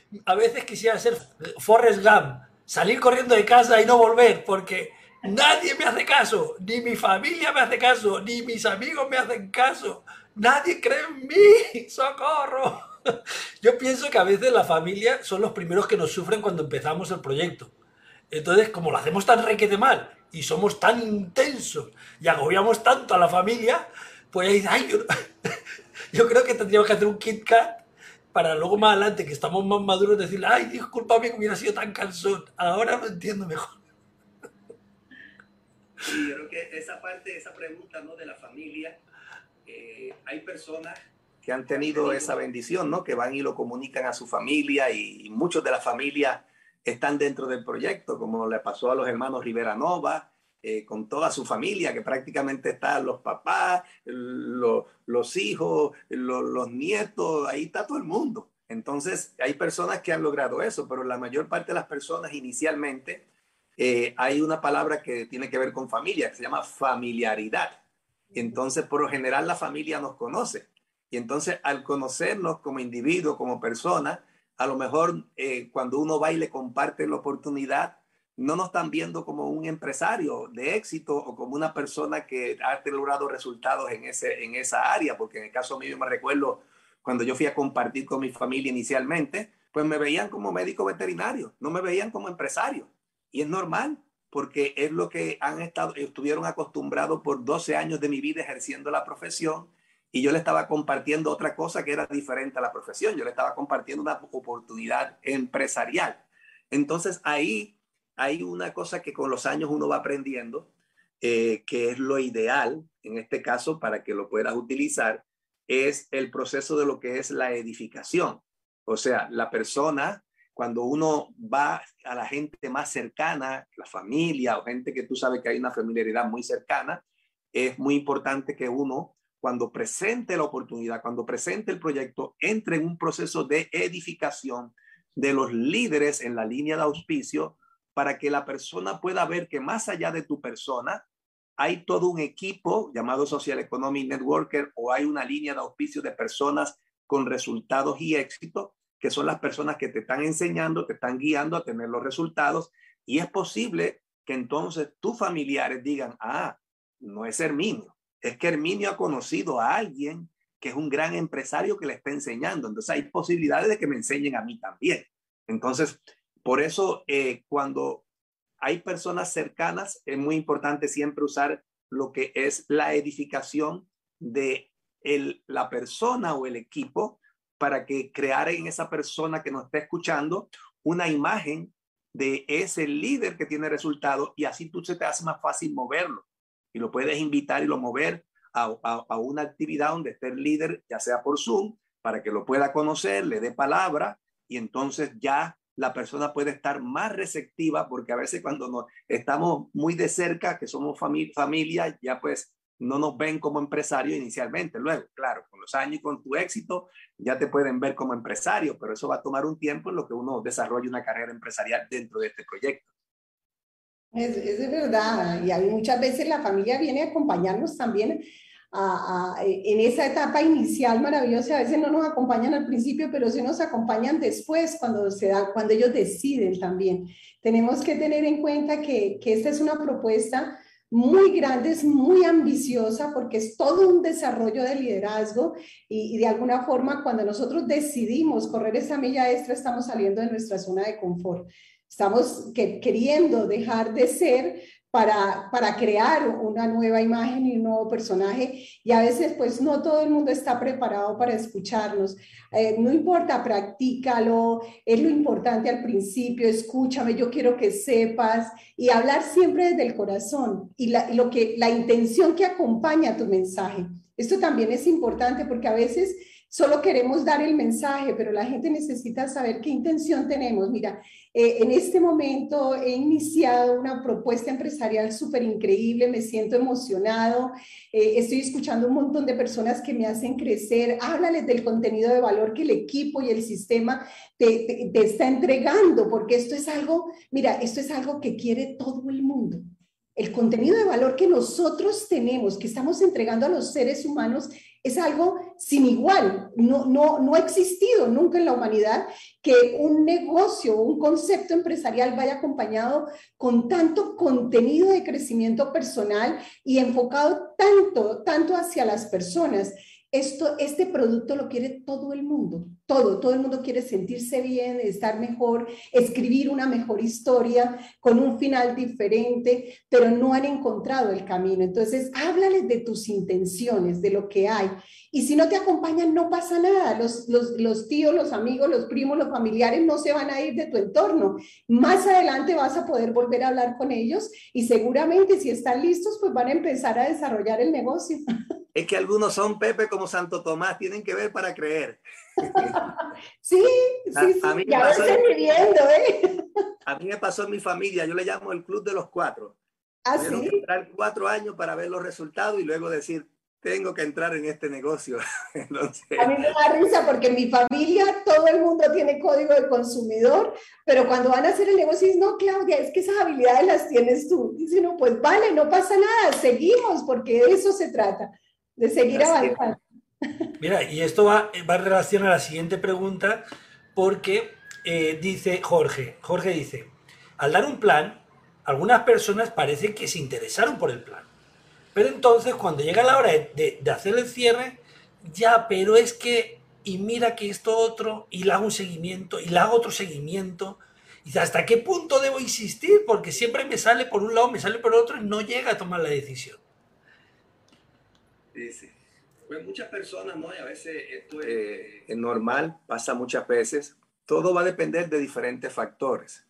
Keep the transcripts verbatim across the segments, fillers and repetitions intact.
A veces quisiera ser Forrest Gump, salir corriendo de casa y no volver, porque nadie me hace caso, ni mi familia me hace caso, ni mis amigos me hacen caso, nadie cree en mí, socorro. Yo pienso que a veces la familia son los primeros que nos sufren cuando empezamos el proyecto. Entonces, como lo hacemos tan requete mal y somos tan intensos y agobiamos tanto a la familia, pues ahí, ay, yo, yo creo que tendríamos que hacer un Kit Kat para luego más adelante, que estamos más maduros, decirle, ay, discúlpame que hubiera sido tan cansón, ahora lo entiendo mejor. Sí, yo creo que esa parte, esa pregunta, ¿no?, de la familia, eh, hay personas que han tenido esa bendición, ¿no?, que van y lo comunican a su familia, y, y muchos de la familia están dentro del proyecto, como le pasó a los hermanos Rivera Nova, eh, con toda su familia, que prácticamente están los papás, lo, los hijos, lo, los nietos, ahí está todo el mundo. Entonces, hay personas que han logrado eso, pero la mayor parte de las personas inicialmente, eh, hay una palabra que tiene que ver con familia, que se llama familiaridad. Y entonces, por lo general, la familia nos conoce. Y entonces, al conocernos como individuo, como persona, a lo mejor eh, cuando uno va y le comparte la oportunidad, no nos están viendo como un empresario de éxito o como una persona que ha logrado resultados en, ese, en esa área, porque en el caso mío, yo me recuerdo cuando yo fui a compartir con mi familia inicialmente, pues me veían como médico veterinario, no me veían como empresario. Y es normal, porque es lo que han estado, estuvieron acostumbrados por doce años de mi vida ejerciendo la profesión, y yo le estaba compartiendo otra cosa que era diferente a la profesión. Yo le estaba compartiendo una oportunidad empresarial. Entonces ahí hay una cosa que con los años uno va aprendiendo, eh, que es lo ideal, en este caso, para que lo puedas utilizar, es el proceso de lo que es la edificación. O sea, la persona, cuando uno va a la gente más cercana, la familia o gente que tú sabes que hay una familiaridad muy cercana, es muy importante que uno, cuando presente la oportunidad, cuando presente el proyecto, entre en un proceso de edificación de los líderes en la línea de auspicio, para que la persona pueda ver que más allá de tu persona hay todo un equipo llamado Social Economic Networker, o hay una línea de auspicio de personas con resultados y éxito, que son las personas que te están enseñando, te están guiando a tener los resultados. Y es posible que entonces tus familiares digan, ah, no es Herminio, es que Herminio ha conocido a alguien que es un gran empresario que le está enseñando. Entonces hay posibilidades de que me enseñen a mí también. Entonces, por eso eh, cuando hay personas cercanas, es muy importante siempre usar lo que es la edificación de el, la persona o el equipo, para que crear en esa persona que nos está escuchando una imagen de ese líder que tiene resultados, y así tú se te hace más fácil moverlo y lo puedes invitar y lo mover a, a, a una actividad donde esté el líder, ya sea por Zoom, para que lo pueda conocer, le dé palabra, y entonces ya la persona puede estar más receptiva, porque a veces cuando nos estamos muy de cerca, que somos familia, familia, ya pues no nos ven como empresario inicialmente. Luego, claro, con los años y con tu éxito, ya te pueden ver como empresario, pero eso va a tomar un tiempo en lo que uno desarrolle una carrera empresarial dentro de este proyecto. Es, es verdad, y hay muchas veces la familia viene a acompañarnos también a, a, en esa etapa inicial maravillosa. A veces no nos acompañan al principio, pero sí nos acompañan después, cuando, se da, cuando ellos deciden también. Tenemos que tener en cuenta que, que esta es una propuesta muy grande, es muy ambiciosa, porque es todo un desarrollo de liderazgo, y, y de alguna forma cuando nosotros decidimos correr esa milla extra, estamos saliendo de nuestra zona de confort. Estamos que, queriendo dejar de ser para, para crear una nueva imagen y un nuevo personaje, y a veces pues no todo el mundo está preparado para escucharnos. Eh, no importa, practícalo, es lo importante al principio, escúchame, yo quiero que sepas, y hablar siempre desde el corazón y la, lo que, la intención que acompaña tu mensaje. Esto también es importante, porque a veces solo queremos dar el mensaje, pero la gente necesita saber qué intención tenemos. Mira, eh, en este momento he iniciado una propuesta empresarial súper increíble, me siento emocionado, eh, estoy escuchando un montón de personas que me hacen crecer. Háblales del contenido de valor que el equipo y el sistema te, te, te está entregando, porque esto es algo, mira, esto es algo que quiere todo el mundo. El contenido de valor que nosotros tenemos, que estamos entregando a los seres humanos, es algo sin igual. No, no, no ha existido nunca en la humanidad que un negocio, un concepto empresarial vaya acompañado con tanto contenido de crecimiento personal y enfocado tanto, tanto hacia las personas. Esto, este producto lo quiere todo el mundo, todo, todo el mundo quiere sentirse bien, estar mejor, escribir una mejor historia con un final diferente, pero no han encontrado el camino. Entonces, háblales de tus intenciones, de lo que hay. Y si no te acompañan, no pasa nada. Los, los, los tíos, los amigos, los primos, los familiares no se van a ir de tu entorno. Más adelante vas a poder volver a hablar con ellos y seguramente si están listos, pues van a empezar a desarrollar el negocio. Es que algunos son, Pepe, como Santo Tomás, tienen que ver para creer. Sí, sí, a, sí, a mí ya pasó, ves viviendo, ¿eh? A mí me pasó en mi familia, yo le llamo el club de los cuatro. ¿Ah, Tuvieron sí? que esperar cuatro años para ver los resultados y luego decir, tengo que entrar en este negocio. Entonces, a mí me da risa porque en mi familia todo el mundo tiene código de consumidor, pero cuando van a hacer el negocio dicen, no, Claudia, es que esas habilidades las tienes tú. Dicen, no, pues vale, no pasa nada, seguimos, porque de eso se trata, de seguir avanzando. Mira, y esto va, va en relación a la siguiente pregunta, porque eh, dice Jorge, Jorge dice, al dar un plan, algunas personas parecen que se interesaron por el plan, pero entonces cuando llega la hora de, de, de hacer el cierre, ya, pero es que, y mira que esto otro, y le hago un seguimiento, y le hago otro seguimiento, y dice, ¿hasta qué punto debo insistir? Porque siempre me sale por un lado, me sale por otro, y no llega a tomar la decisión. Sí, sí. Pues muchas personas, ¿no? Y a veces esto es, eh, es normal, pasa muchas veces. Todo va a depender de diferentes factores.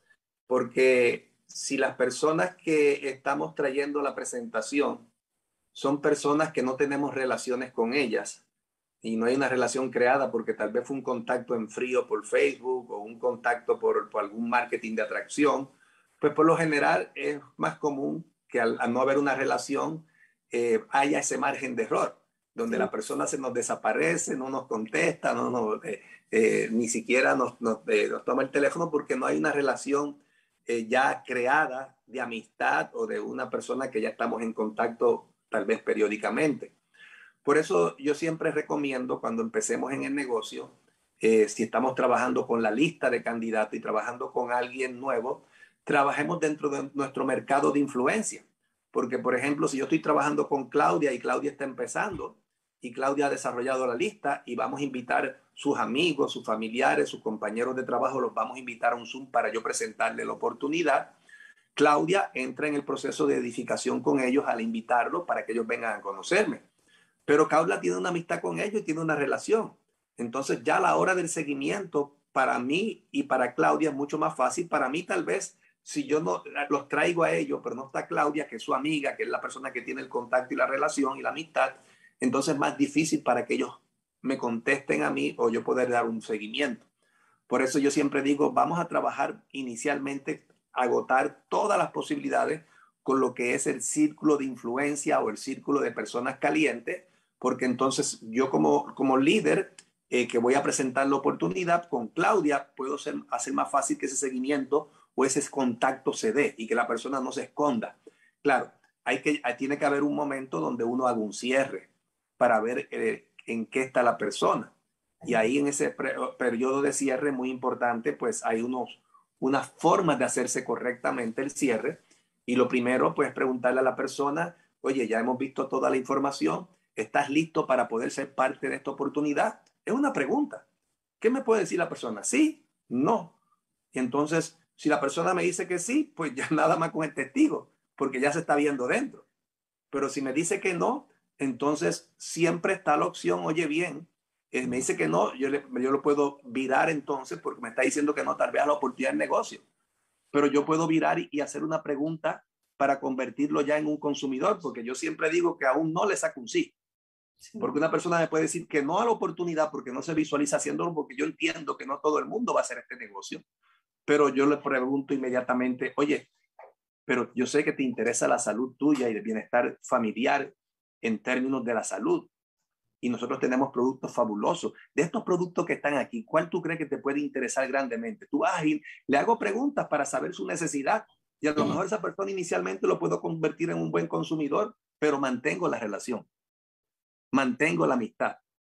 Porque si las personas que estamos trayendo la presentación son personas que no tenemos relaciones con ellas y no hay una relación creada porque tal vez fue un contacto en frío por Facebook o un contacto por, por algún marketing de atracción, pues por lo general es más común que al, al no haber una relación eh, haya ese margen de error, donde sí. La persona se nos desaparece, no nos contesta, no, no, eh, eh, ni siquiera nos, nos, eh, nos toma el teléfono porque no hay una relación eh, ya creada de amistad o de una persona que ya estamos en contacto tal vez periódicamente. Por eso yo siempre recomiendo cuando empecemos en el negocio, eh, si estamos trabajando con la lista de candidatos y trabajando con alguien nuevo, trabajemos dentro de nuestro mercado de influencia. Porque, por ejemplo, si yo estoy trabajando con Claudia y Claudia está empezando y Claudia ha desarrollado la lista y vamos a invitar sus amigos, sus familiares, sus compañeros de trabajo, los vamos a invitar a un Zoom para yo presentarle la oportunidad. Claudia entra en el proceso de edificación con ellos al invitarlos para que ellos vengan a conocerme. Pero Claudia tiene una amistad con ellos y tiene una relación. Entonces ya a la hora del seguimiento, para mí y para Claudia es mucho más fácil. Para mí tal vez, si yo no los traigo a ellos, pero no está Claudia, que es su amiga, que es la persona que tiene el contacto y la relación y la amistad, entonces es más difícil para que ellos me contesten a mí o yo poder dar un seguimiento. Por eso yo siempre digo, vamos a trabajar inicialmente, agotar todas las posibilidades con lo que es el círculo de influencia o el círculo de personas calientes, porque entonces yo como, como líder eh, que voy a presentar la oportunidad con Claudia, puedo ser, hacer más fácil que ese seguimiento o ese contacto se dé y que la persona no se esconda. Claro, hay que, tiene que haber un momento donde uno haga un cierre para ver eh, en qué está la persona. Y ahí en ese periodo de cierre muy importante, pues hay unos, unas formas de hacerse correctamente el cierre. Y lo primero, pues preguntarle a la persona, oye, ya hemos visto toda la información, ¿estás listo para poder ser parte de esta oportunidad? Es una pregunta. ¿Qué me puede decir la persona? ¿Sí? ¿No? Y entonces, si la persona me dice que sí, pues ya nada más con el testigo, porque ya se está viendo dentro. Pero si me dice que no, entonces siempre está la opción, oye bien, eh, me dice que no, yo, le, yo lo puedo virar entonces porque me está diciendo que no, tal vez a la oportunidad del negocio. Pero yo puedo virar y, y hacer una pregunta para convertirlo ya en un consumidor, porque yo siempre digo que aún no le saco un sí. Sí. Porque una persona me puede decir que no a la oportunidad porque no se visualiza haciéndolo, porque yo entiendo que no todo el mundo va a hacer este negocio. Pero yo le pregunto inmediatamente, oye, pero yo sé que te interesa la salud tuya y el bienestar familiar en términos de la salud. Y nosotros tenemos productos fabulosos. De estos productos que están aquí, ¿cuál tú crees que te puede interesar grandemente? Tú vas a ir, le hago preguntas para saber su necesidad y a lo mejor esa persona inicialmente lo puedo convertir en un buen consumidor, pero mantengo la relación, mantengo la amistad.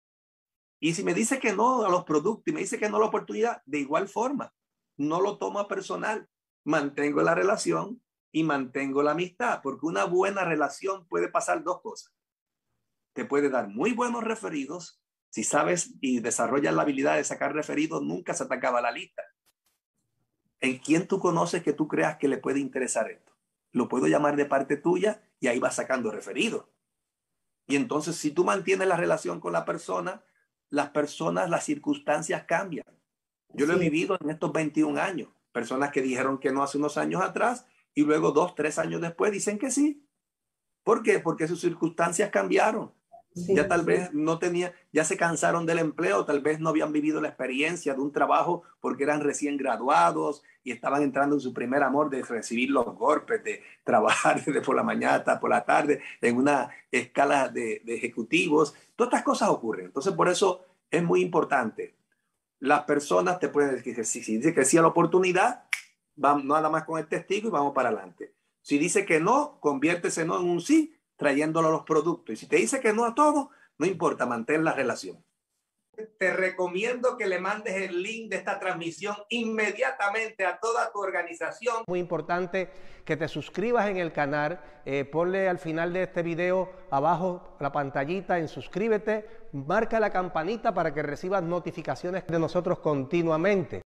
Y si me dice que no a los productos y me dice que no a la oportunidad, de igual forma, no lo tomo a personal. Mantengo la relación y mantengo la amistad, porque una buena relación puede pasar dos cosas. Te puede dar muy buenos referidos. Si sabes y desarrollas la habilidad de sacar referidos, nunca se te acaba la lista. ¿En quién tú conoces que tú creas que le puede interesar esto? Lo puedo llamar de parte tuya y ahí vas sacando referidos. Y entonces, si tú mantienes la relación con la persona, las personas, las circunstancias cambian. Yo sí. Lo he vivido en estos veintiún años. Personas que dijeron que no hace unos años atrás y luego dos, tres años después dicen que sí. ¿Por qué? Porque sus circunstancias cambiaron. Sí, ya tal sí. vez no tenía, ya se cansaron del empleo, tal vez no habían vivido la experiencia de un trabajo porque eran recién graduados y estaban entrando en su primer amor de recibir los golpes, de trabajar desde por la mañana hasta por la tarde en una escala de, de ejecutivos. Todas estas cosas ocurren. Entonces, por eso es muy importante. Las personas te pueden decir que si, si dice que sí a la oportunidad, vamos nada más con el testigo y vamos para adelante. Si dice que no, conviértese no en un sí, trayéndolo a los productos. Y si te dice que no a todo, no importa, mantén la relación. Te recomiendo que le mandes el link de esta transmisión inmediatamente a toda tu organización. Muy importante que te suscribas en el canal, eh, ponle al final de este video abajo la pantallita en suscríbete, marca la campanita para que recibas notificaciones de nosotros continuamente.